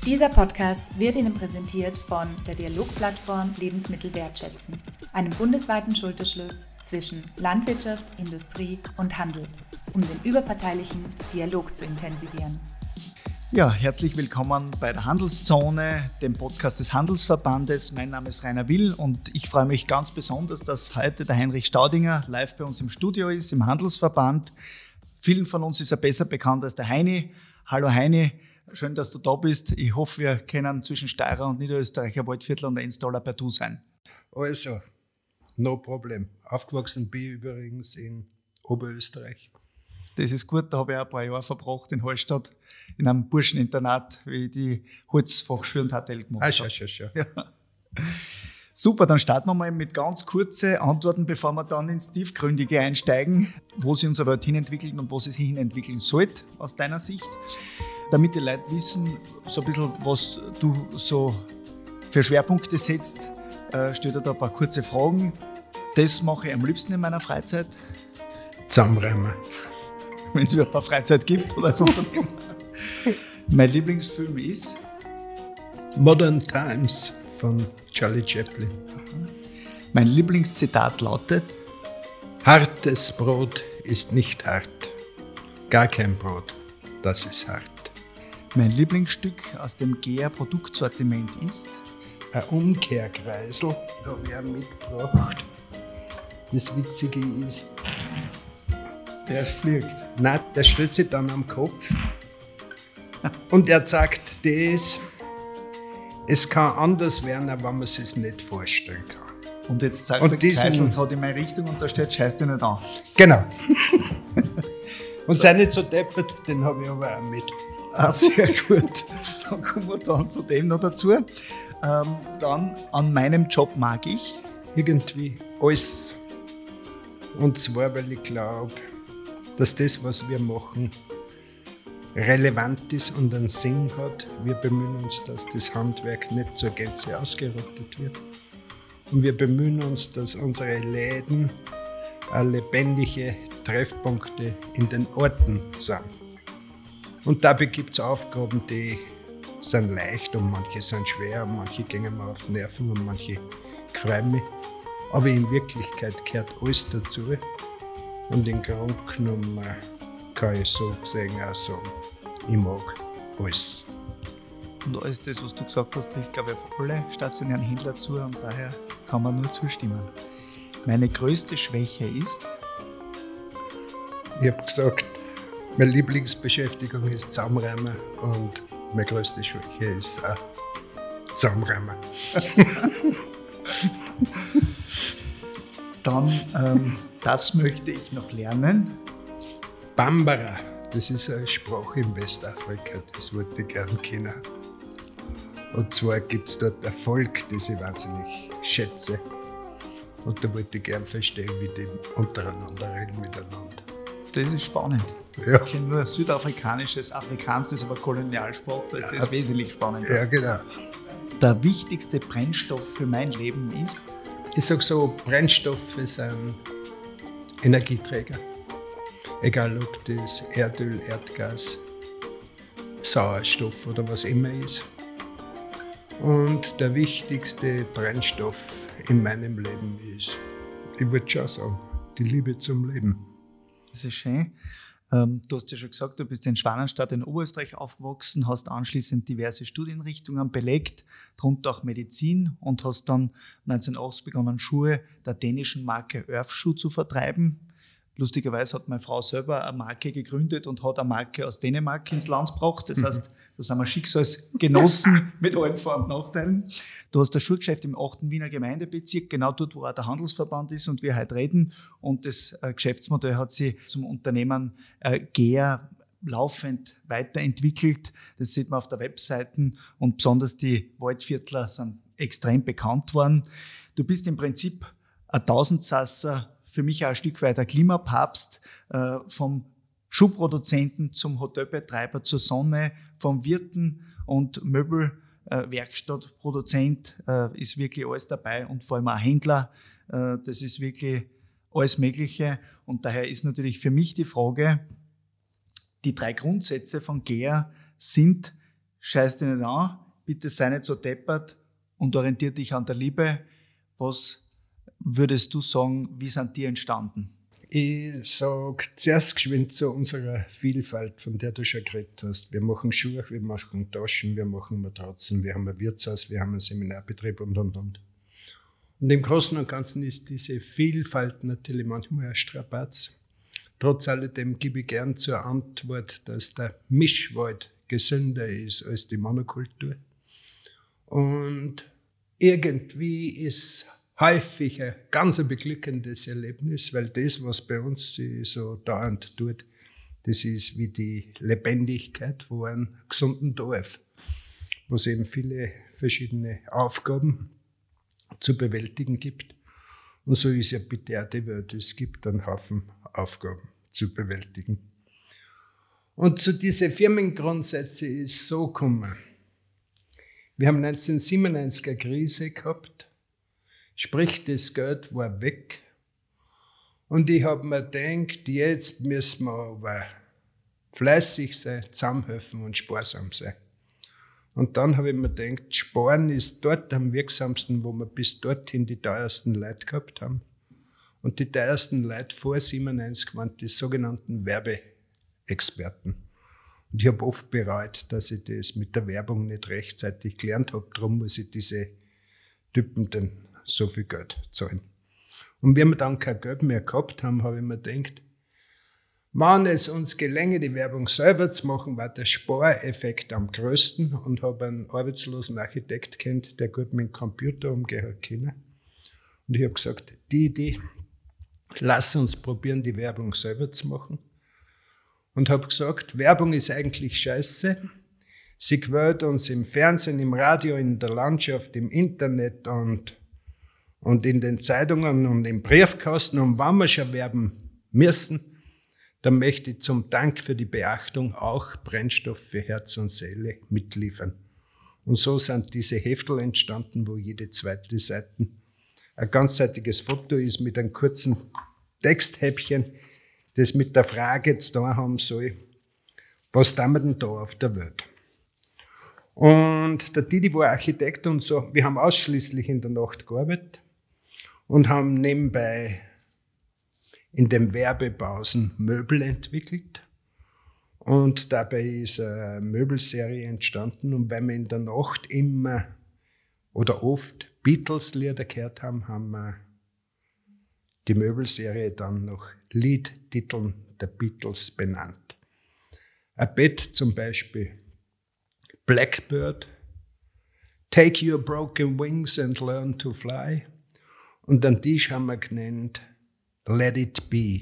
Dieser Podcast wird Ihnen präsentiert von der Dialogplattform Lebensmittel wertschätzen, einem bundesweiten Schulterschluss zwischen Landwirtschaft, Industrie und Handel, um den überparteilichen Dialog zu intensivieren. Ja, herzlich willkommen bei der Handelszone, dem Podcast des Handelsverbandes. Mein Name ist Rainer Will und ich freue mich ganz besonders, dass heute der Heinrich Staudinger live bei uns im Studio ist, im Handelsverband. Vielen von uns ist er besser bekannt als der Heini. Hallo Heini, schön, dass du da bist. Ich hoffe, wir können zwischen Steirer und Niederösterreicher Waldviertler und Ennstaler per Du sein. Also, no problem. Aufgewachsen bin ich übrigens in Oberösterreich. Das ist gut, da habe ich auch ein paar Jahre verbracht in Hallstatt, in einem Burscheninternat, wie ich die Holzfachschule und HTL gemacht habe. Schon. Ja. Super, dann starten wir mal mit ganz kurzen Antworten, bevor wir dann ins Tiefgründige einsteigen, wo sich unsere Welt hinentwickelt und wo sie sich hinentwickeln sollte, aus deiner Sicht. Damit die Leute wissen, so ein bisschen, was du so für Schwerpunkte setzt, stell dir da ein paar kurze Fragen. Das mache ich am liebsten in meiner Freizeit. Zusammenreimen. Wenn es überhaupt eine Freizeit gibt oder als Unternehmen. Mein Lieblingsfilm ist Modern Times von Charlie Chaplin. Mein Lieblingszitat lautet: Hartes Brot ist nicht hart. Gar kein Brot, das ist hart. Mein Lieblingsstück aus dem GEA-Produktsortiment ist Ein Umkehrkreisel, da habe ich auch mitgebracht. Das Witzige ist, der fliegt. nein, der stellt sich dann am Kopf und er sagt das, es kann anders werden, aber man sich es nicht vorstellen kann. Und jetzt zeigt Und der Kreisel gerade in meine Richtung und da steht: Scheiß dich nicht an. Genau. Und sei nicht so deppert, den habe ich aber auch mit. Ah, sehr gut. Dann kommen wir dann zu dem noch dazu. Dann, an meinem Job mag ich Irgendwie alles. Und zwar, weil ich glaube, dass das, was wir machen, relevant ist und einen Sinn hat. Wir bemühen uns, dass das Handwerk nicht zur Gänze ausgerottet wird. Und wir bemühen uns, dass unsere Läden lebendige Treffpunkte in den Orten sind. Und dabei gibt es Aufgaben, die sind leicht und manche sind schwer und manche gehen mir auf die Nerven und manche freuen mich. Aber in Wirklichkeit gehört alles dazu. Und im Grunde genommen kann ich so gesehen auch sagen, ich mag alles. und alles das, was du gesagt hast, trifft, glaube ich, auf alle stationären Händler zu und daher kann man nur zustimmen. Meine größte Schwäche ist Ich habe gesagt, meine Lieblingsbeschäftigung ist Zusammenreimen und meine größte Schwäche ist auch Zusammenreimen. dann, das möchte ich noch lernen. Bambara, das ist eine Sprache in Westafrika, das wollte ich gerne kennen. Und zwar gibt es dort ein Volk, das ich wahnsinnig schätze. Und da wollte ich gerne verstehen, wie die untereinander reden miteinander. Das ist spannend. Ja. Ich kenne nur südafrikanisches, Afrikaans, das ist aber Kolonialsprache, da ist das wesentlich spannender. Ja, genau. Der wichtigste Brennstoff für mein Leben ist Ich sage so, Brennstoffe sind Energieträger. Egal ob das Erdöl, Erdgas, Sauerstoff oder was immer ist. Und der wichtigste Brennstoff in meinem Leben ist, ich würde schon sagen, die Liebe zum Leben. Das ist schön. Du hast ja schon gesagt, du bist in Schwanenstadt in Oberösterreich aufgewachsen, hast anschließend diverse Studienrichtungen belegt, darunter auch Medizin, und hast dann 1980 begonnen, Schuhe der dänischen Marke Örfschuh zu vertreiben. Lustigerweise hat meine Frau selber eine Marke gegründet und hat eine Marke aus Dänemark ins Land gebracht. Das heißt, da sind wir Schicksalsgenossen mit allen Vor- und Nachteilen. Du hast ein Schuhgeschäft im 8. Wiener Gemeindebezirk, genau dort, wo auch der Handelsverband ist und wir heute reden. Und das Geschäftsmodell hat sich zum Unternehmen GEA laufend weiterentwickelt. Das sieht man auf der Webseite und besonders die Waldviertler sind extrem bekannt worden. Du bist im Prinzip ein Tausendsasser, für mich auch ein Stück weit ein Klimapapst, vom Schuhproduzenten zum Hotelbetreiber zur Sonne, vom Wirten und Möbelwerkstattproduzent ist wirklich alles dabei und vor allem auch Händler. Das ist wirklich alles Mögliche und daher ist natürlich für mich die Frage, die 3 Grundsätze von GEA sind scheiß dich nicht an, bitte sei nicht so deppert und orientier dich an der Liebe. Was würdest du sagen, wie sind die entstanden? Ich sage zuerst geschwind zu unserer Vielfalt, von der du schon geredet hast. Wir machen Schuhe, wir machen Taschen, wir machen Matratzen, wir haben ein Wirtshaus, wir haben einen Seminarbetrieb und. Und im Großen und Ganzen ist diese Vielfalt natürlich manchmal ein Strapaz. Trotz alledem gebe ich gern zur Antwort, dass der Mischwald gesünder ist als die Monokultur. Und irgendwie ist häufig ein ganz beglückendes Erlebnis, weil das, was bei uns so dauernd tut, das ist wie die Lebendigkeit von einem gesunden Dorf, wo es eben viele verschiedene Aufgaben zu bewältigen gibt. Und so ist ja bitte auch die Welt, es gibt einen Haufen Aufgaben zu bewältigen. Und zu diesen Firmengrundsätzen ist so gekommen. Wir haben 1997 eine Krise gehabt, sprich das Geld war weg. Und ich habe mir gedacht, jetzt müssen wir aber fleißig sein, zusammenhelfen und sparsam sein. Und dann habe ich mir gedacht, Sparen ist dort am wirksamsten, wo wir bis dorthin die teuersten Leute gehabt haben. Und die teuersten Leute vor 97 waren die sogenannten Werbeexperten. Und ich habe oft bereut, dass ich das mit der Werbung nicht rechtzeitig gelernt habe. Darum muss ich diese Typen dann so viel Geld zahlen. Und wenn wir dann kein Geld mehr gehabt haben, habe ich mir gedacht, wenn es uns gelänge, die Werbung selber zu machen, war der Spareffekt am größten und habe einen arbeitslosen Architekt kennt, der gut mit dem Computer umgehen kann. Und ich habe gesagt, die Idee, lass uns probieren, die Werbung selber zu machen. Und habe gesagt, Werbung ist eigentlich scheiße. Sie quält uns im Fernsehen, im Radio, in der Landschaft, im Internet und in den Zeitungen und im Briefkasten. Und wenn wir schon werben müssen, dann möchte ich zum Dank für die Beachtung auch Brennstoff für Herz und Seele mitliefern. Und so sind diese Heftel entstanden, wo jede zweite Seite ein ganzseitiges Foto ist mit einem kurzen Texthäppchen, das mit der Frage zu tun haben soll, was tun wir denn da auf der Welt? Und der Didi war Architekt und so, wir haben ausschließlich in der Nacht gearbeitet und haben nebenbei in den Werbepausen Möbel entwickelt. Und dabei ist eine Möbelserie entstanden. Und weil wir in der Nacht immer oder oft Beatles-Lieder gehört haben, haben wir die Möbelserie dann nach Liedtiteln der Beatles benannt. Ein Bett zum Beispiel Blackbird, Take Your Broken Wings and Learn to Fly. Und den Tisch haben wir genannt Let It Be.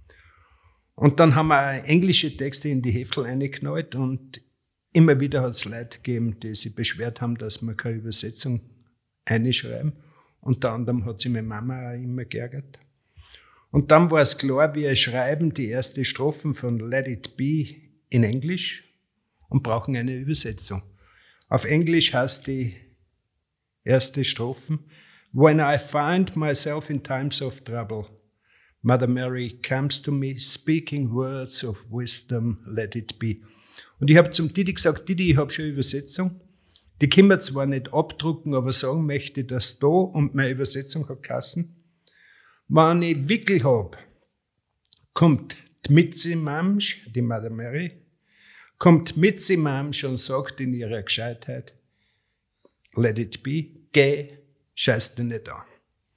Und dann haben wir englische Texte in die Heftel eingeknallt und immer wieder hat es Leute gegeben, die sich beschwert haben, dass wir keine Übersetzung einschreiben. Unter anderem hat sich meine Mama auch immer geärgert. Und dann war es klar, wir schreiben die erste Strophen von Let It Be in Englisch und brauchen eine Übersetzung. Auf Englisch heißt die erste Strophen When I find myself in times of trouble, Mother Mary comes to me, speaking words of wisdom, let it be. Und ich habe zum Didi gesagt, Didi, ich habe schon eine Übersetzung. Die können wir zwar nicht abdrucken, aber sagen möchte ich das da und meine Übersetzung hat geheißen. Wenn ich Wickel habe, kommt die Mitzi-Mamsch, die Mother Mary, kommt Mitzi-Mamsch und sagt in ihrer Gescheitheit, let it be, geh, scheiß dich nicht an.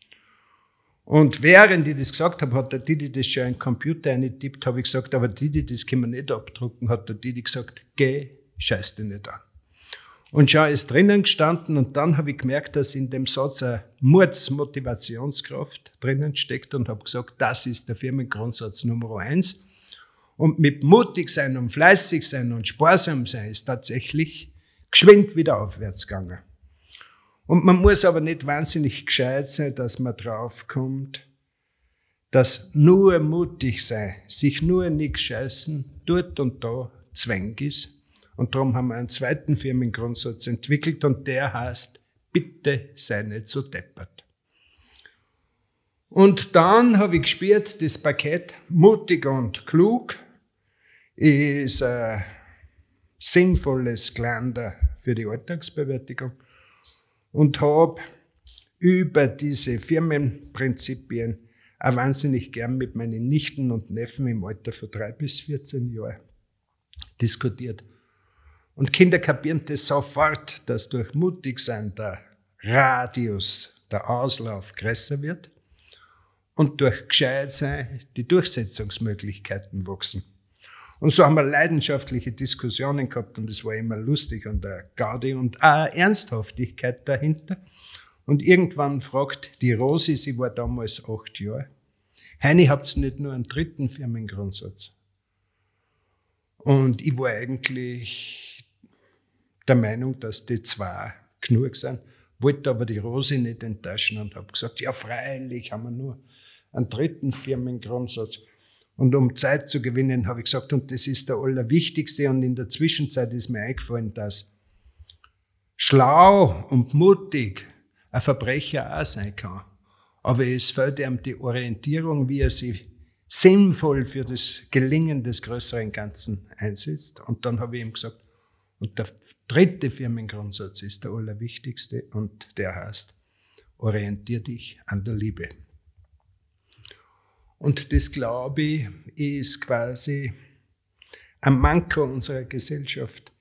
Und während ich das gesagt habe, hat der Didi das schon in den Computer eingetippt, habe ich gesagt, aber Didi, das können wir nicht abdrucken, hat der Didi gesagt, geh, scheiß dich nicht an. Und schon ist drinnen gestanden und dann habe ich gemerkt, dass in dem Satz eine Mordsmotivationskraft drinnen steckt und habe gesagt, das ist der Firmengrundsatz Nummer 1. Und mit mutig sein und fleißig sein und sparsam sein ist tatsächlich geschwind wieder aufwärts gegangen. Und man muss aber nicht wahnsinnig gescheit sein, dass man draufkommt, dass nur mutig sein, sich nur nichts scheißen, dort und da Zwang ist. Und darum haben wir einen zweiten Firmengrundsatz entwickelt und der heißt, bitte sei nicht so deppert. Und dann habe ich gespürt, das Paket mutig und klug ist sinnvolles Gelände für die Alltagsbewältigung und habe über diese Firmenprinzipien auch wahnsinnig gern mit meinen Nichten und Neffen im Alter von 3 bis 14 Jahren diskutiert. Und Kinder kapieren das sofort, dass durch Mutigsein der Radius, der Auslauf größer wird und durch Gescheitsein die Durchsetzungsmöglichkeiten wachsen. Und so haben wir leidenschaftliche Diskussionen gehabt und es war immer lustig und eine Gaudi und auch eine Ernsthaftigkeit dahinter. Und irgendwann fragt die Rosi, sie war damals 8 Jahre, Heini, habt ihr nicht nur einen 3. Firmengrundsatz? Und ich war eigentlich der Meinung, dass die 2 genug sind, wollte aber die Rosi nicht enttäuschen und habe gesagt, ja freilich haben wir nur einen 3. Firmengrundsatz. Und um Zeit zu gewinnen, habe ich gesagt, und das ist der allerwichtigste. Und in der Zwischenzeit ist mir eingefallen, dass schlau und mutig ein Verbrecher auch sein kann. Aber es fehlt ihm die Orientierung, wie er sich sinnvoll für das Gelingen des größeren Ganzen einsetzt. Und dann habe ich ihm gesagt, und der 3. Firmengrundsatz ist der allerwichtigste und der heißt, orientier dich an der Liebe. Und das, glaube ich, ist quasi ein Manko unserer Gesellschaft.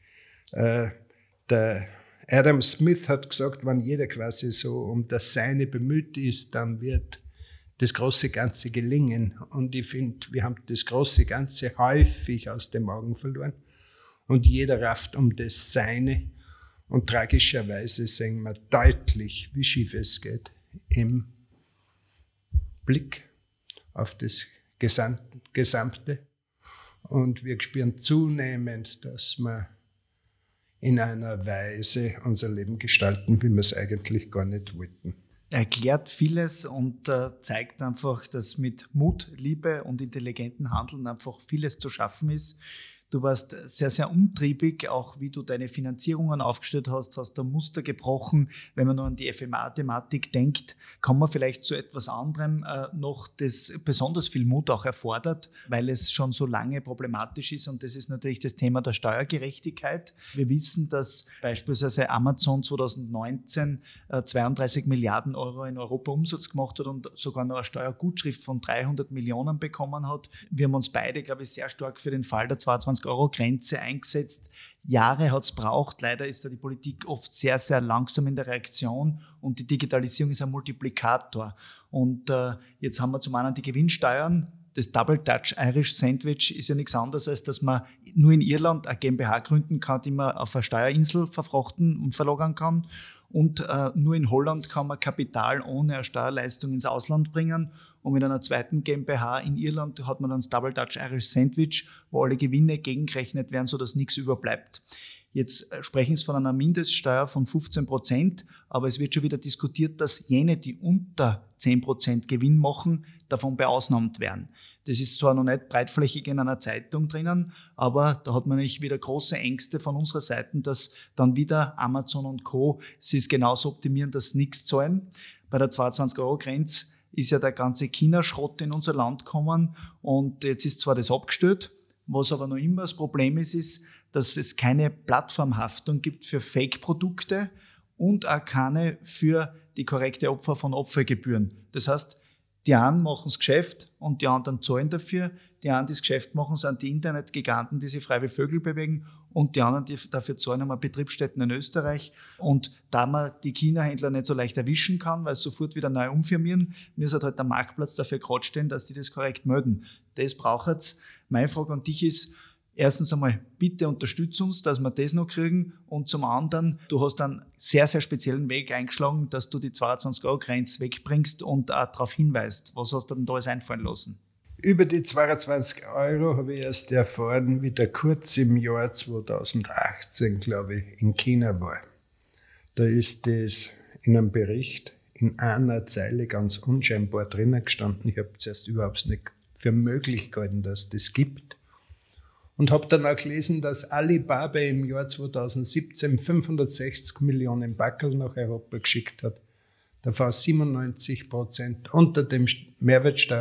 Der Adam Smith hat gesagt, wenn jeder quasi so um das Seine bemüht ist, dann wird das große Ganze gelingen. Und ich finde, wir haben das große Ganze häufig aus den Augen verloren. Und jeder rafft um das Seine. Und tragischerweise sehen wir deutlich, wie schief es geht im Blick auf das Gesamte. Und wir spüren zunehmend, dass wir in einer Weise unser Leben gestalten, wie wir es eigentlich gar nicht wollten. Erklärt vieles und zeigt einfach, dass mit Mut, Liebe und intelligentem Handeln einfach vieles zu schaffen ist. Du warst sehr, sehr umtriebig, auch wie du deine Finanzierungen aufgestellt hast, hast da Muster gebrochen. Wenn man nur an die FMA-Thematik denkt, kann man vielleicht zu etwas anderem noch, das besonders viel Mut auch erfordert, weil es schon so lange problematisch ist, und das ist natürlich das Thema der Steuergerechtigkeit. Wir wissen, dass beispielsweise Amazon 2019 32 Milliarden Euro in Europa Umsatz gemacht hat und sogar noch eine Steuergutschrift von 300 Millionen bekommen hat. Wir haben uns beide, glaube ich, sehr stark für den Fall der 22-Euro-Grenze eingesetzt. Jahre hat es braucht. Leider ist da die Politik oft sehr, sehr langsam in der Reaktion und die Digitalisierung ist ein Multiplikator. Und jetzt haben wir zum einen die Gewinnsteuern. Das Double Dutch Irish Sandwich ist ja nichts anderes, als dass man nur in Irland eine GmbH gründen kann, die man auf eine Steuerinsel verfrachten und verlagern kann. Und nur in Holland kann man Kapital ohne eine Steuerleistung ins Ausland bringen. Und mit einer zweiten GmbH in Irland hat man dann das Double Dutch Irish Sandwich, wo alle Gewinne gegengerechnet werden, sodass nichts überbleibt. Jetzt sprechen Sie von einer Mindeststeuer von 15%, aber es wird schon wieder diskutiert, dass jene, die unter 10% Gewinn machen, davon beausnahmt werden. Das ist zwar noch nicht breitflächig in einer Zeitung drinnen, aber da hat man nicht wieder große Ängste von unserer Seite, dass dann wieder Amazon und Co. sie es genauso optimieren, dass sie nichts zahlen. Bei der 22-Euro-Grenze ist ja der ganze China-Schrott in unser Land gekommen und jetzt ist zwar das abgestellt, was aber noch immer das Problem ist, dass es keine Plattformhaftung gibt für Fake-Produkte und auch keine für die korrekte Opfer von Opfergebühren. Das heißt, die einen machen das Geschäft und die anderen zahlen dafür. Die einen, die das Geschäft machen, sind die Internetgiganten, die sich frei wie Vögel bewegen, und die anderen, die dafür zahlen, haben Betriebsstätten in Österreich. Und da man die China-Händler nicht so leicht erwischen kann, weil sie sofort wieder neu umfirmieren, muss halt der Marktplatz dafür gerade stehen, dass die das korrekt melden. Das braucht es. Meine Frage an dich ist, erstens einmal, bitte unterstützt uns, dass wir das noch kriegen. Und zum anderen, du hast einen sehr, sehr speziellen Weg eingeschlagen, dass du die 22-Euro-Grenze wegbringst und auch darauf hinweist. Was hast du denn da alles einfallen lassen? Über die 22 Euro habe ich erst erfahren, wie der Kurz im Jahr 2018, glaube ich, in China war. Da ist das in einem Bericht in einer Zeile ganz unscheinbar drinnen gestanden. Ich habe zuerst überhaupt nicht für möglich gehalten, dass das gibt. Und habe dann auch gelesen, dass Alibaba im Jahr 2017 560 Millionen Backel nach Europa geschickt hat. Davon 97% unter dem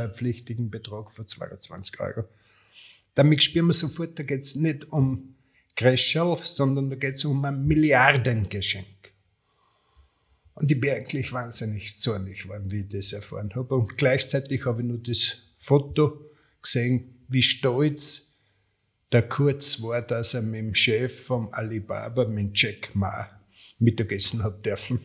mehrwertsteuerpflichtigen Betrag von 22 Euro. Damit spüren wir sofort, da geht es nicht um Crescherl, sondern da geht es um ein Milliardengeschenk. Und ich bin eigentlich wahnsinnig zornig geworden, wie ich das erfahren habe. Und gleichzeitig habe ich nur das Foto gesehen, wie stolz der Kurz war, dass er mit dem Chef vom Alibaba, mit Jack Ma, Mittagessen hat dürfen.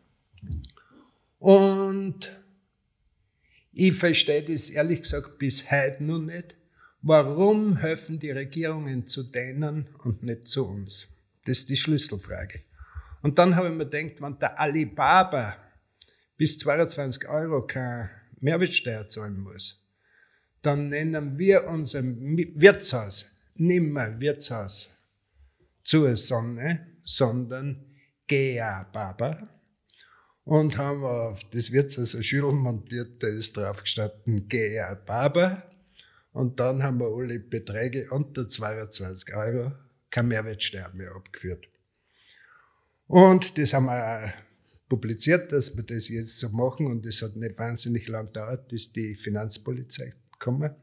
Und ich verstehe das ehrlich gesagt bis heute noch nicht. Warum helfen die Regierungen zu denen und nicht zu uns? Das ist die Schlüsselfrage. Und dann habe ich mir gedacht, wenn der Alibaba bis 22 € keine Mehrwertsteuer zahlen muss, dann nennen wir unser Wirtshaus nicht mehr Wirtshaus zur Sonne, sondern Gea-Baba. Und haben auf das Wirtshaus ein Schüttel montiert, da ist drauf gestanden Gea-Baba. Und dann haben wir alle Beträge unter 22 € keine Mehrwertsteuer mehr abgeführt. Und das haben wir auch publiziert, dass wir das jetzt so machen. Und das hat nicht wahnsinnig lang gedauert, bis die Finanzpolizei gekommen.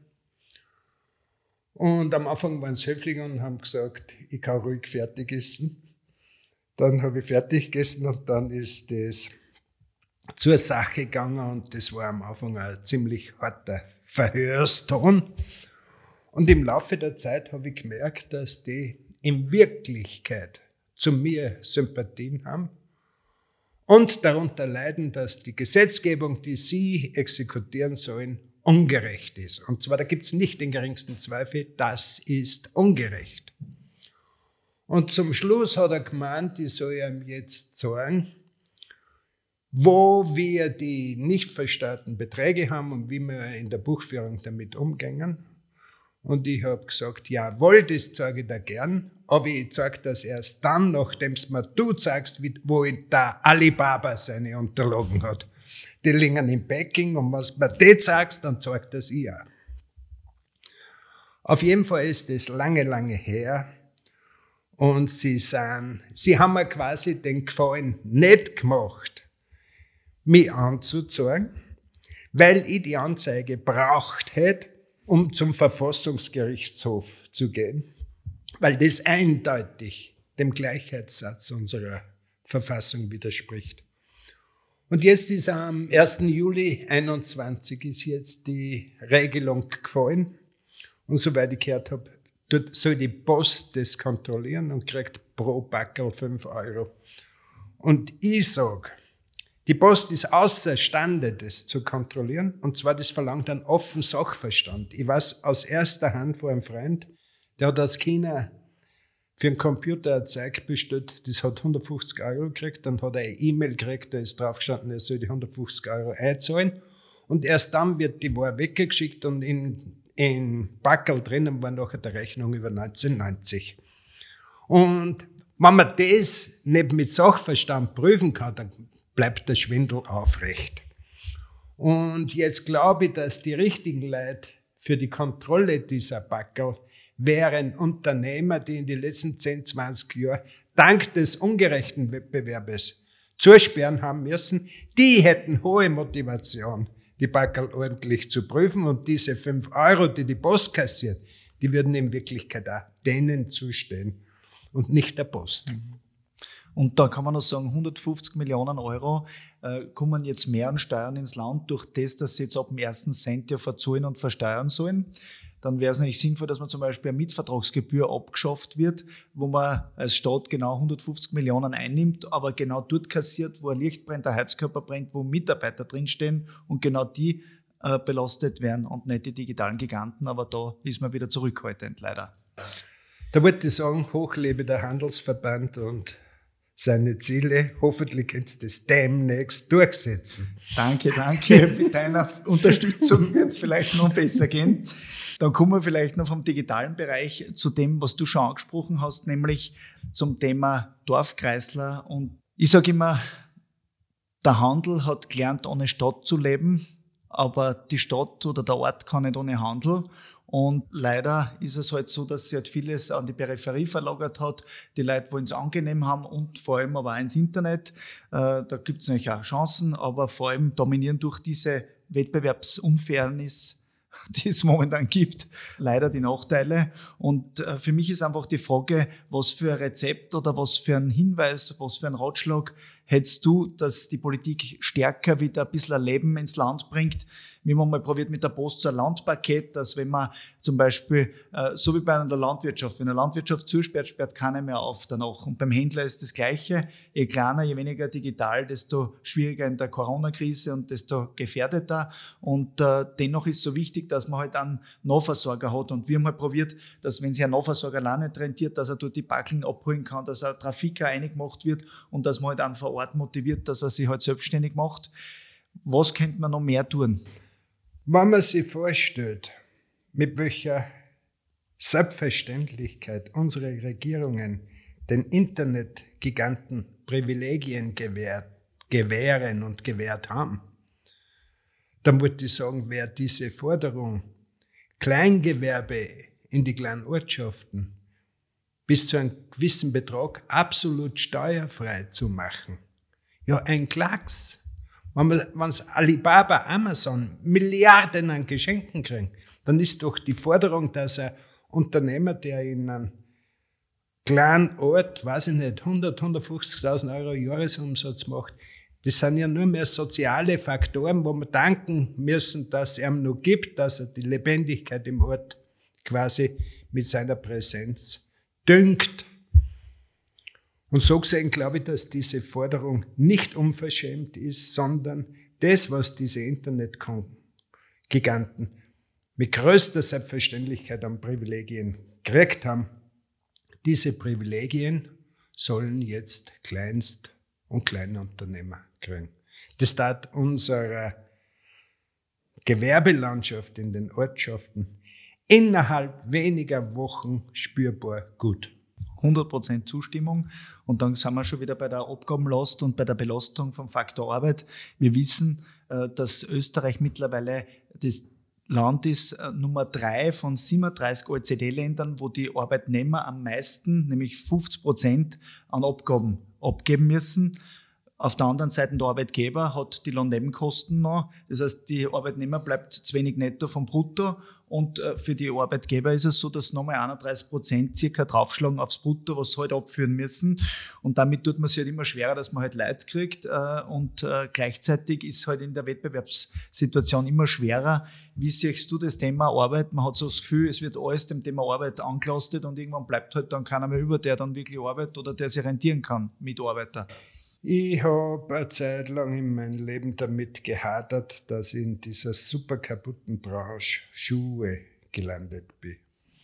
Und am Anfang waren es Höflinge und haben gesagt, ich kann ruhig fertig essen. Dann habe ich fertig gegessen und dann ist das zur Sache gegangen und das war am Anfang ein ziemlich harter Verhörston. Und im Laufe der Zeit habe ich gemerkt, dass die in Wirklichkeit zu mir Sympathien haben und darunter leiden, dass die Gesetzgebung, die sie exekutieren sollen, ungerecht ist. Und zwar, da gibt es nicht den geringsten Zweifel, das ist ungerecht. Und zum Schluss hat er gemeint, ich soll ihm jetzt sagen, wo wir die nicht versteuerten Beträge haben und wie wir in der Buchführung damit umgehen. Und ich habe gesagt, jawohl, das zeige ich dir gern, aber ich zeige das erst dann, nachdem du zeigst, wo der Alibaba seine Unterlagen hat. Die liegen im Packing und was du dir zeigst, dann zeigt das ich auch. Auf jeden Fall ist das lange, lange her und sie haben mir quasi den Gefallen nicht gemacht, mich anzuzeigen, weil ich die Anzeige braucht hätte, um zum Verfassungsgerichtshof zu gehen, weil das eindeutig dem Gleichheitssatz unserer Verfassung widerspricht. Und jetzt ist am 1. Juli 2021 ist jetzt die Regelung gefallen. Und soweit ich gehört habe, soll die Post das kontrollieren und kriegt pro Packerl 5 €. Und ich sage, die Post ist außerstande, das zu kontrollieren. Und zwar, das verlangt einen offenen Sachverstand. Ich weiß aus erster Hand von einem Freund, der hat aus China für einen Computer ein Zeug bestellt, das hat 150 € gekriegt. Dann hat er eine E-Mail gekriegt, da ist drauf gestanden, er soll die 150 € einzahlen. Und erst dann wird die Ware weggeschickt und in Packerl drinnen war nachher die Rechnung über 1990. Und wenn man das nicht mit Sachverstand prüfen kann, dann bleibt der Schwindel aufrecht. Und jetzt glaube ich, dass die richtigen Leute für die Kontrolle dieser Packerl wären Unternehmer, die in den letzten 10, 20 Jahren dank des ungerechten Wettbewerbes zusperren haben müssen. Die hätten hohe Motivation, die Packerl ordentlich zu prüfen und diese 5 €, die die Post kassiert, die würden in Wirklichkeit auch denen zustehen und nicht der Post. Und da kann man noch sagen, 150 Millionen € kommen jetzt mehr an Steuern ins Land durch das, dass sie jetzt ab dem 1. Cent ja verzahlen und versteuern sollen. Dann wäre es natürlich sinnvoll, dass man zum Beispiel eine Mietvertragsgebühr abgeschafft wird, wo man als Staat genau 150 Millionen einnimmt, aber genau dort kassiert, wo ein Licht brennt, ein Heizkörper brennt, wo Mitarbeiter drinstehen und genau die belastet werden und nicht die digitalen Giganten. Aber da ist man wieder zurückhaltend, leider. Da wollte ich sagen, hochlebe der Handelsverband und seine Ziele. Hoffentlich kannst du das demnächst durchsetzen. Danke. Mit deiner Unterstützung wird es vielleicht noch besser gehen. Dann kommen wir vielleicht noch vom digitalen Bereich zu dem, was du schon angesprochen hast, nämlich zum Thema Dorfkreisler. Und ich sage immer, der Handel hat gelernt, ohne Stadt zu leben, aber die Stadt oder der Ort kann nicht ohne Handel. Und leider ist es halt so, dass sich halt vieles an die Peripherie verlagert hat. Die Leute wollen es angenehm haben und vor allem aber auch ins Internet. Da gibt es natürlich auch Chancen, aber vor allem dominieren durch diese Wettbewerbsunfairness die es momentan gibt, leider die Nachteile. Und für mich ist einfach die Frage, was für ein Rezept oder was für ein Hinweis, was für ein Ratschlag hättest du, dass die Politik stärker wieder ein bisschen ein Leben ins Land bringt? Wir haben mal probiert mit der Post so ein Landpaket, dass wenn man zum Beispiel, so wie bei der Landwirtschaft, wenn eine Landwirtschaft zusperrt, sperrt keiner mehr auf danach. Und beim Händler ist das Gleiche. Je kleiner, je weniger digital, desto schwieriger in der Corona-Krise und desto gefährdeter. Und dennoch ist es so wichtig, dass man halt einen Nahversorger hat. Und wir haben halt probiert, dass wenn sich ein Nahversorger alleine nicht rentiert, dass er dort die Backeln abholen kann, dass ein Trafiker eingemacht wird und dass man halt einen vor Ort motiviert, dass er sich halt selbstständig macht. Was könnte man noch mehr tun? Wenn man sich vorstellt, mit welcher Selbstverständlichkeit unsere Regierungen den Internetgiganten Privilegien gewähren und gewährt haben, dann würde ich sagen, wäre diese Forderung, Kleingewerbe in die kleinen Ortschaften bis zu einem gewissen Betrag absolut steuerfrei zu machen, ja ein Klacks. Wenn Alibaba, Amazon Milliarden an Geschenken kriegen, dann ist doch die Forderung, dass ein Unternehmer, der in einem kleinen Ort, weiß ich nicht, 150.000 Euro Jahresumsatz macht, das sind ja nur mehr soziale Faktoren, wo wir danken müssen, dass es ihm noch gibt, dass er die Lebendigkeit im Ort quasi mit seiner Präsenz düngt. Und so gesehen glaube ich, dass diese Forderung nicht unverschämt ist, sondern das, was diese Internetgiganten mit größter Selbstverständlichkeit an Privilegien gekriegt haben, diese Privilegien sollen jetzt Kleinst- und Kleinunternehmer kriegen. Das tat unserer Gewerbelandschaft in den Ortschaften innerhalb weniger Wochen spürbar gut. 100% Zustimmung. Und dann sind wir schon wieder bei der Abgabenlast und bei der Belastung vom Faktor Arbeit. Wir wissen, dass Österreich mittlerweile das Land ist Nummer 3 von 37 OECD-Ländern, wo die Arbeitnehmer am meisten, nämlich 50% an Abgaben abgeben müssen. Auf der anderen Seite der Arbeitgeber hat die Lohnnebenkosten noch. Das heißt, die Arbeitnehmer bleibt zu wenig netto vom Brutto. Und für die Arbeitgeber ist es so, dass nochmal 31% circa draufschlagen aufs Brutto, was sie halt abführen müssen. Und damit tut man sich halt immer schwerer, dass man halt Leute kriegt. Und gleichzeitig ist halt in der Wettbewerbssituation immer schwerer. Wie siehst du das Thema Arbeit? Man hat so das Gefühl, es wird alles dem Thema Arbeit angelastet und irgendwann bleibt halt dann keiner mehr über, der dann wirklich arbeitet oder der sich rentieren kann, Mitarbeiter. Ich habe eine Zeit lang in meinem Leben damit gehadert, dass ich in dieser super kaputten Branche Schuhe gelandet bin.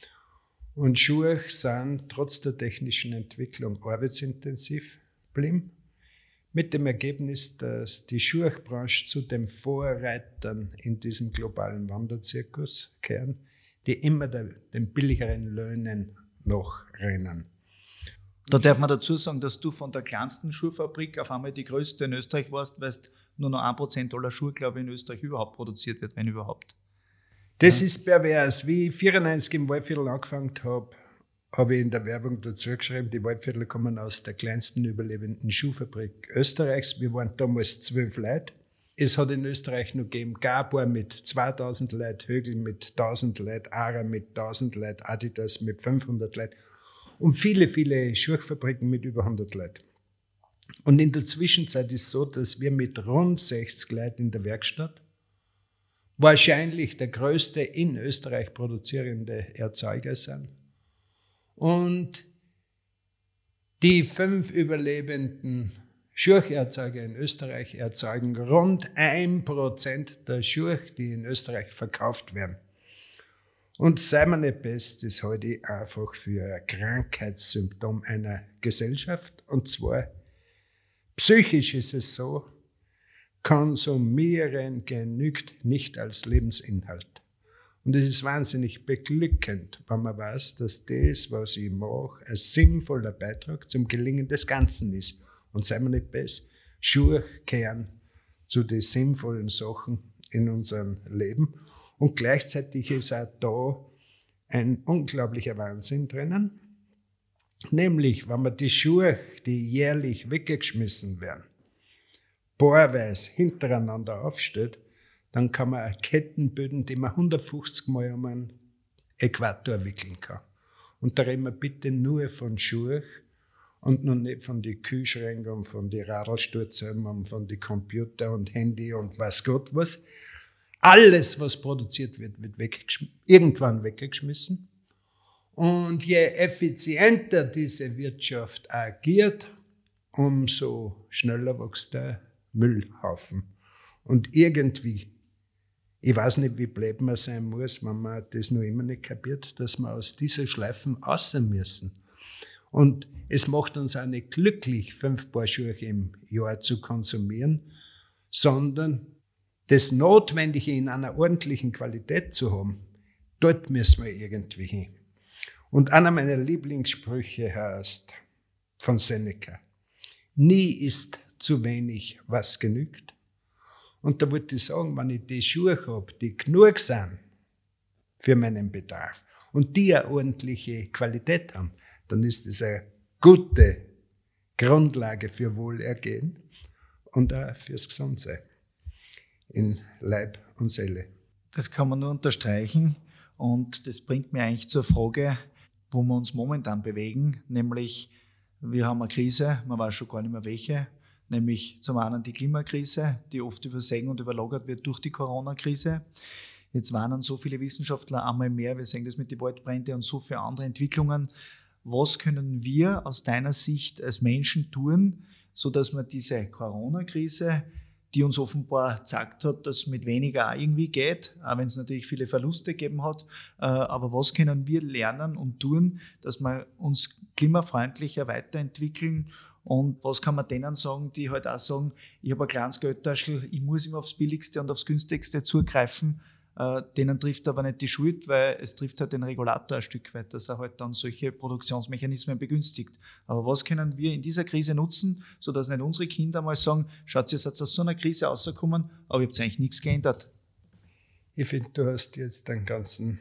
Und Schuhe sind trotz der technischen Entwicklung arbeitsintensiv geblieben, mit dem Ergebnis, dass die Schuhbranche zu den Vorreitern in diesem globalen Wanderzirkus gehören, die immer den billigeren Löhnen noch rennen. Da darf man dazu sagen, dass du von der kleinsten Schuhfabrik auf einmal die größte in Österreich warst, weil nur noch 1% aller Schuhe, glaube ich, in Österreich überhaupt produziert wird, wenn überhaupt. Das ist pervers. Wie ich 1994 im Waldviertel angefangen habe, habe ich in der Werbung dazu geschrieben, die Waldviertel kommen aus der kleinsten überlebenden Schuhfabrik Österreichs. Wir waren damals 12 Leute. Es hat in Österreich noch gegeben Gabor mit 2000 Leuten, Högl mit 1000 Leuten, Ara mit 1000 Leuten, Adidas mit 500 Leuten. Und viele, viele Schuhfabriken mit über 100 Leuten. Und in der Zwischenzeit ist es so, dass wir mit rund 60 Leuten in der Werkstatt wahrscheinlich der größte in Österreich produzierende Erzeuger sind. Und die 5 überlebenden Schuherzeuger in Österreich erzeugen rund 1% der Schuhe, die in Österreich verkauft werden. Und sei mir nicht best, das halte ich einfach für ein Krankheitssymptom einer Gesellschaft. Und zwar, psychisch ist es so, konsumieren genügt nicht als Lebensinhalt. Und es ist wahnsinnig beglückend, wenn man weiß, dass das, was ich mache, ein sinnvoller Beitrag zum Gelingen des Ganzen ist. Und sei mir nicht best, Schuhe gehören zu den sinnvollen Sachen in unserem Leben. Und gleichzeitig ist auch da ein unglaublicher Wahnsinn drinnen. Nämlich, wenn man die Schuhe, die jährlich weggeschmissen werden, paarweise hintereinander aufstellt, dann kann man Ketten bilden, die man 150 Mal um einen Äquator wickeln kann. Und da reden wir bitte nur von Schuhen und noch nicht von den Kühlschränken und von den Radlstürzen und von den Computer und Handy und weiß Gott was. Alles, was produziert wird, wird irgendwann weggeschmissen. Und je effizienter diese Wirtschaft agiert, umso schneller wächst der Müllhaufen. Und irgendwie, ich weiß nicht, wie blöd man sein muss, wenn man das noch immer nicht kapiert, dass wir aus dieser Schleifen raus müssen. Und es macht uns auch nicht glücklich, 5 Paar Schuhe im Jahr zu konsumieren, sondern das Notwendige in einer ordentlichen Qualität zu haben, dort müssen wir irgendwie hin. Und einer meiner Lieblingssprüche heißt von Seneca: Nie ist zu wenig, was genügt. Und da würde ich sagen, wenn ich die Schuhe habe, die genug sind für meinen Bedarf und die eine ordentliche Qualität haben, dann ist das eine gute Grundlage für Wohlergehen und auch fürs Gesundsein in Leib und Seele. Das kann man nur unterstreichen und das bringt mir eigentlich zur Frage, wo wir uns momentan bewegen, nämlich wir haben eine Krise, man weiß schon gar nicht mehr welche, nämlich zum einen die Klimakrise, die oft übersehen und überlagert wird durch die Corona-Krise. Jetzt warnen so viele Wissenschaftler einmal mehr, wir sehen das mit den Waldbränden und so viele andere Entwicklungen. Was können wir aus deiner Sicht als Menschen tun, sodass wir diese Corona-Krise, die uns offenbar gezeigt hat, dass es mit weniger auch irgendwie geht, auch wenn es natürlich viele Verluste gegeben hat. Aber was können wir lernen und tun, dass wir uns klimafreundlicher weiterentwickeln? Und was kann man denen sagen, die halt auch sagen, ich habe ein kleines Geldtaschel, ich muss immer aufs Billigste und aufs Günstigste zugreifen. Denen trifft aber nicht die Schuld, weil es trifft halt den Regulator ein Stück weit, dass er halt dann solche Produktionsmechanismen begünstigt. Aber was können wir in dieser Krise nutzen, sodass nicht unsere Kinder mal sagen, schaut, ihr seid aus so einer Krise rausgekommen, aber ihr habt eigentlich nichts geändert? Ich finde, du hast jetzt den ganzen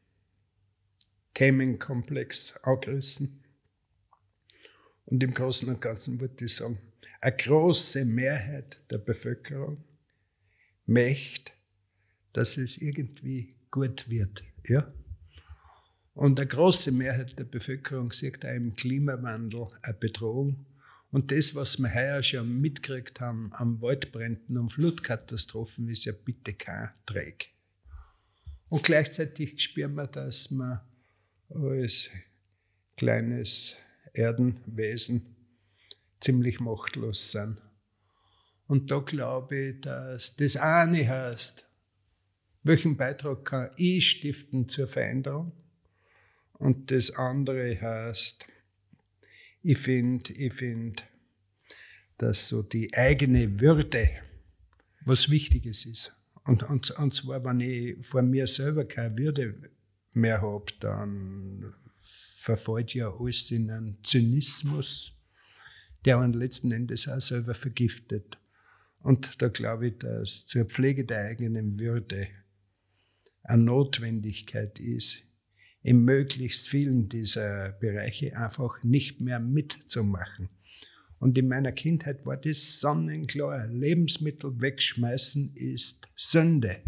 Themenkomplex angerissen. Und im Großen und Ganzen würde ich sagen, eine große Mehrheit der Bevölkerung möchte, dass es irgendwie gut wird. Ja? Und eine große Mehrheit der Bevölkerung sieht auch im Klimawandel eine Bedrohung. Und das, was wir heuer schon mitgekriegt haben an Waldbränden und Flutkatastrophen, ist ja bitte kein Dreck. Und gleichzeitig spüren wir, dass wir als kleines Erdenwesen ziemlich machtlos sind. Und da glaube ich, dass das eine heißt, welchen Beitrag kann ich stiften zur Veränderung? Und das andere heißt, ich finde, dass so die eigene Würde was Wichtiges ist. Und zwar, wenn ich vor mir selber keine Würde mehr habe, dann verfällt ja alles in einen Zynismus, der einen letzten Endes auch selber vergiftet. Und da glaube ich, dass zur Pflege der eigenen Würde eine Notwendigkeit ist, in möglichst vielen dieser Bereiche einfach nicht mehr mitzumachen. Und in meiner Kindheit war das sonnenklar. Lebensmittel wegschmeißen ist Sünde.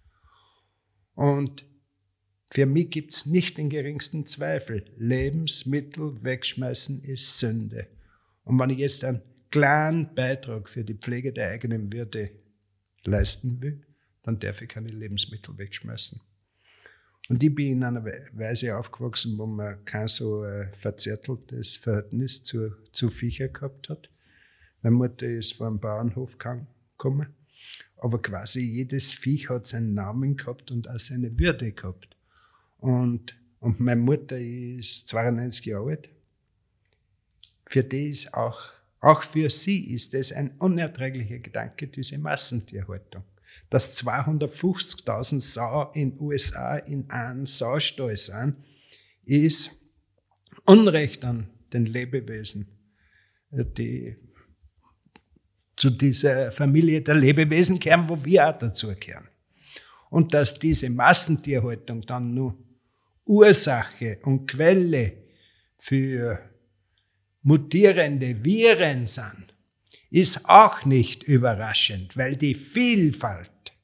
Und für mich gibt es nicht den geringsten Zweifel. Lebensmittel wegschmeißen ist Sünde. Und wenn ich jetzt einen kleinen Beitrag für die Pflege der eigenen Würde leisten will, dann darf ich keine Lebensmittel wegschmeißen. Und ich bin in einer Weise aufgewachsen, wo man kein so verzärteltes Verhältnis zu Viecher gehabt hat. Meine Mutter ist vom Bauernhof gekommen, aber quasi jedes Viech hat seinen Namen gehabt und auch seine Würde gehabt. Und meine Mutter ist 92 Jahre alt. Für die ist auch für sie ist das ein unerträglicher Gedanke, diese Massentierhaltung. Dass 250.000 Sau in den USA in einem Saustall sind, ist Unrecht an den Lebewesen, die zu dieser Familie der Lebewesen gehören, wo wir auch dazu gehören. Und dass diese Massentierhaltung dann nur Ursache und Quelle für mutierende Viren sind, ist auch nicht überraschend, weil die Vielfalt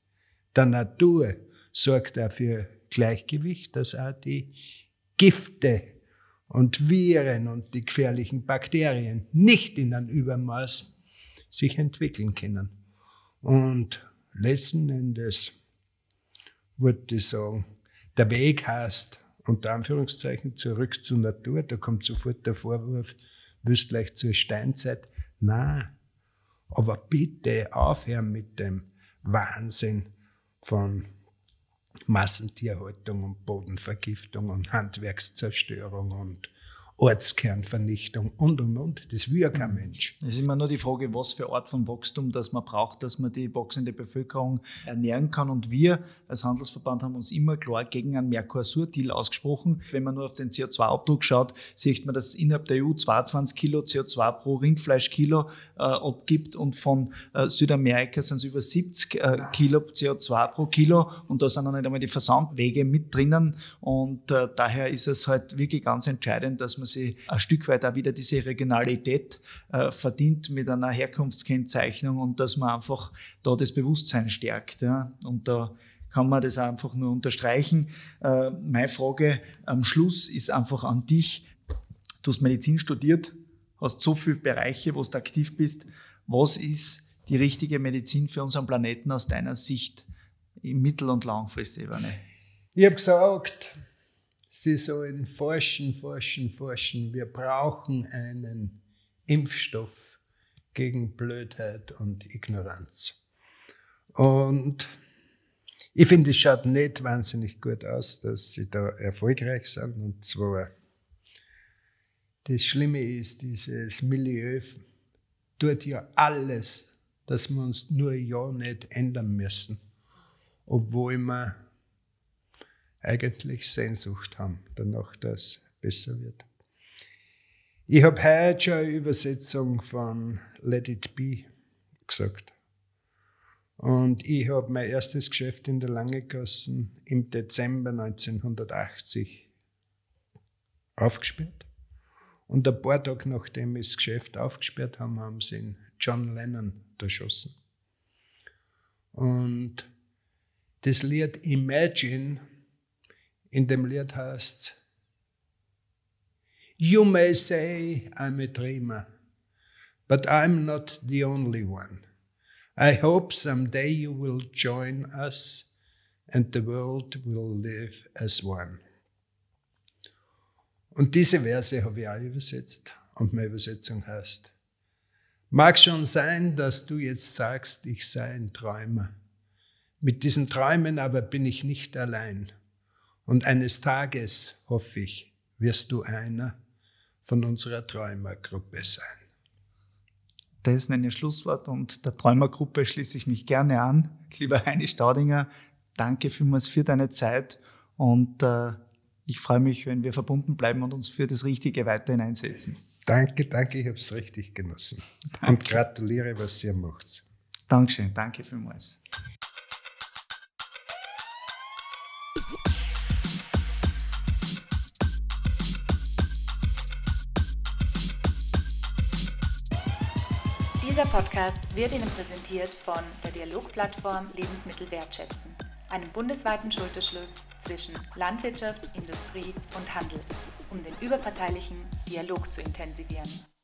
der Natur sorgt auch für Gleichgewicht, dass auch die Gifte und Viren und die gefährlichen Bakterien nicht in einem Übermaß sich entwickeln können. Und letzten Endes würde ich sagen, der Weg heißt, unter Anführungszeichen, zurück zur Natur. Da kommt sofort der Vorwurf, willst gleich zur Steinzeit. Nein, aber bitte aufhören mit dem Wahnsinn von Massentierhaltung und Bodenvergiftung und Handwerkszerstörung und Ortskernvernichtung und. Das will ja kein Mensch. Es ist immer nur die Frage, was für Art von Wachstum das man braucht, dass man die wachsende Bevölkerung ernähren kann. Und wir als Handelsverband haben uns immer klar gegen einen Mercosur-Deal ausgesprochen. Wenn man nur auf den CO2-Abdruck schaut, sieht man, dass innerhalb der EU 22 Kilo CO2 pro Rindfleischkilo abgibt und von Südamerika sind es über 70 Kilo CO2 pro Kilo und da sind noch nicht einmal die Versandwege mit drinnen und daher ist es halt wirklich ganz entscheidend, dass man sich ein Stück weit auch wieder diese Regionalität verdient mit einer Herkunftskennzeichnung und dass man einfach da das Bewusstsein stärkt. Ja. Und da kann man das einfach nur unterstreichen. Meine Frage am Schluss ist einfach an dich. Du hast Medizin studiert, hast so viele Bereiche, wo du aktiv bist. Was ist die richtige Medizin für unseren Planeten aus deiner Sicht im mittel- und langfristig? Ich habe gesagt, sie sollen forschen. Wir brauchen einen Impfstoff gegen Blödheit und Ignoranz. Und ich finde, es schaut nicht wahnsinnig gut aus, dass sie da erfolgreich sind. Und zwar, das Schlimme ist, dieses Milieu tut ja alles, dass wir uns nur ja nicht ändern müssen, obwohl wir eigentlich Sehnsucht haben, danach, dass es besser wird. Ich habe heute schon eine Übersetzung von Let It Be gesagt. Und ich habe mein erstes Geschäft in der Langegassen im Dezember 1980 aufgesperrt. Und ein paar Tage nachdem wir das Geschäft aufgesperrt haben, haben sie den John Lennon erschossen. Und das Lied Imagine, in dem Lied heißt, You may say I'm a dreamer, but I'm not the only one. I hope someday you will join us and the world will live as one. Und diese Verse habe ich auch übersetzt und meine Übersetzung heißt, mag schon sein, dass du jetzt sagst, ich sei ein Träumer. Mit diesen Träumen aber bin ich nicht allein. Und eines Tages, hoffe ich, wirst du einer von unserer Träumergruppe sein. Das ist ein Schlusswort und der Träumergruppe schließe ich mich gerne an. Lieber Heini Staudinger, danke vielmals für deine Zeit und ich freue mich, wenn wir verbunden bleiben und uns für das Richtige weiterhin einsetzen. Danke, ich habe es richtig genossen. Danke. Und gratuliere, was ihr macht. Dankeschön, danke vielmals. Dieser Podcast wird Ihnen präsentiert von der Dialogplattform Lebensmittel wertschätzen, einem bundesweiten Schulterschluss zwischen Landwirtschaft, Industrie und Handel, um den überparteilichen Dialog zu intensivieren.